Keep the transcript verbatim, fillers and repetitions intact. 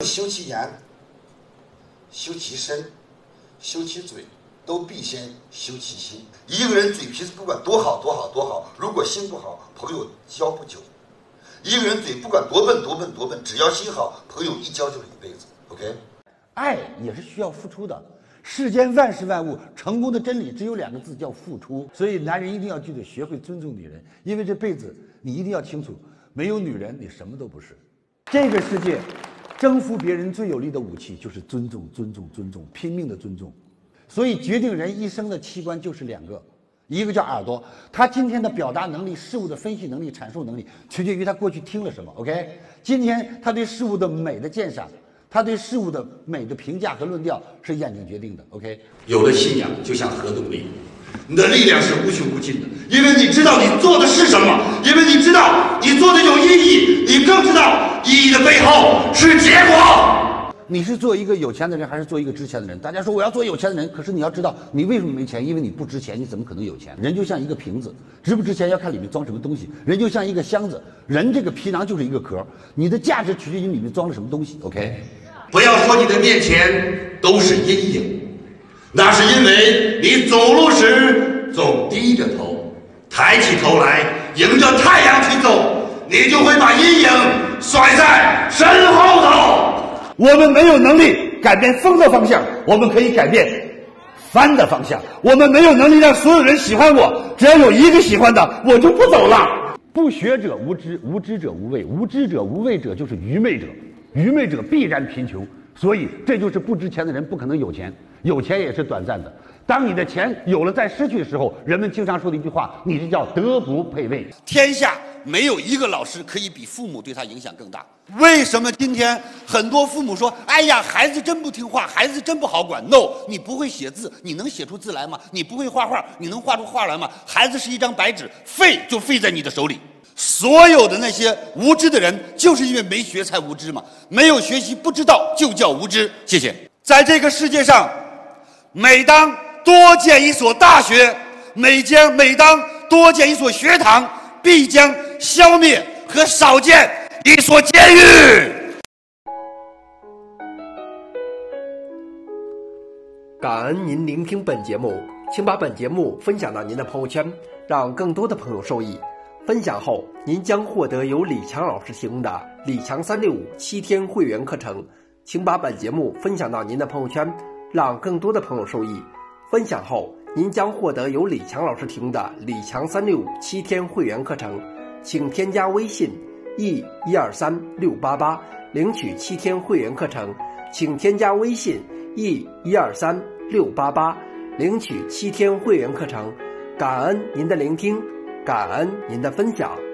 修其言、修其身、修其嘴，都必先修其心。一个人嘴皮子不管多好多好多好，如果心不好，朋友交不久。一个人嘴不管多笨多笨多笨，只要心好，朋友一交就是一辈子。 OK， 爱也是需要付出的。世间万事万物成功的真理只有两个字，叫付出。所以男人一定要记得学会尊重女人，因为这辈子你一定要清楚，没有女人你什么都不是。这个世界征服别人最有力的武器就是尊重，尊重，尊重，拼命的尊重。所以决定人一生的器官就是两个，一个叫耳朵，他今天的表达能力、事物的分析能力、阐述能力，取决于他过去听了什么。OK， 今天他对事物的美的鉴赏，他对事物的美的评价和论调是眼睛决定的。OK， 有了信仰就像核动力，你的力量是无穷无尽的，因为你知道你做的是什么，因为你知道你做的有意义，你更知道意义的背后是结果。 你是做一个有钱的人还是做一个值钱的人？大家说我要做有钱的人，可是你要知道你为什么没钱，因为你不值钱，你怎么可能有钱？人就像一个瓶子，值不值钱要看里面装什么东西。人就像一个箱子，人这个皮囊就是一个壳，你的价值取决于里面装了什么东西。 OK， 不要说你的面前都是阴影，那是因为你走路时总低着头，抬起头来迎着太阳去走，你就会把阴影甩在身后头。 我们没有能力改变风的方向，我们可以改变帆的方向。我们没有能力让所有人喜欢我，只要有一个喜欢的，我就不走了。不学者无知，无知者无畏，无知者无畏者就是愚昧者，愚昧者必然贫穷。所以这就是不值钱的人不可能有钱，有钱也是短暂的。当你的钱有了再失去的时候，人们经常说的一句话，你这叫德不配位。 天下没有一个老师可以比父母对他影响更大。为什么今天很多父母说，哎呀，孩子真不听话，孩子真不好管。 No， 你不会写字，你能写出字来吗？你不会画画，你能画出画来吗？孩子是一张白纸，废就废在你的手里。所有的那些无知的人，就是因为没学才无知嘛。没有学习，不知道就叫无知。谢谢。在这个世界上，每当多建一所大学，每将每当多建一所学堂，必将消灭和少建一所监狱。 感恩您聆听本节目，请把本节目分享到您的朋友圈，让更多的朋友受益。分享后，您将获得由李强老师提供的李强三六五七天会员课程。请把本节目分享到您的朋友圈，让更多的朋友受益。分享后，您将获得由李强老师提供的李强三六五七天会员课程。请添加微信 e 一二三六八八领取七天会员课程。请添加微信 e 一二三六八八领取七天会员课程。感恩您的聆听，感恩您的分享。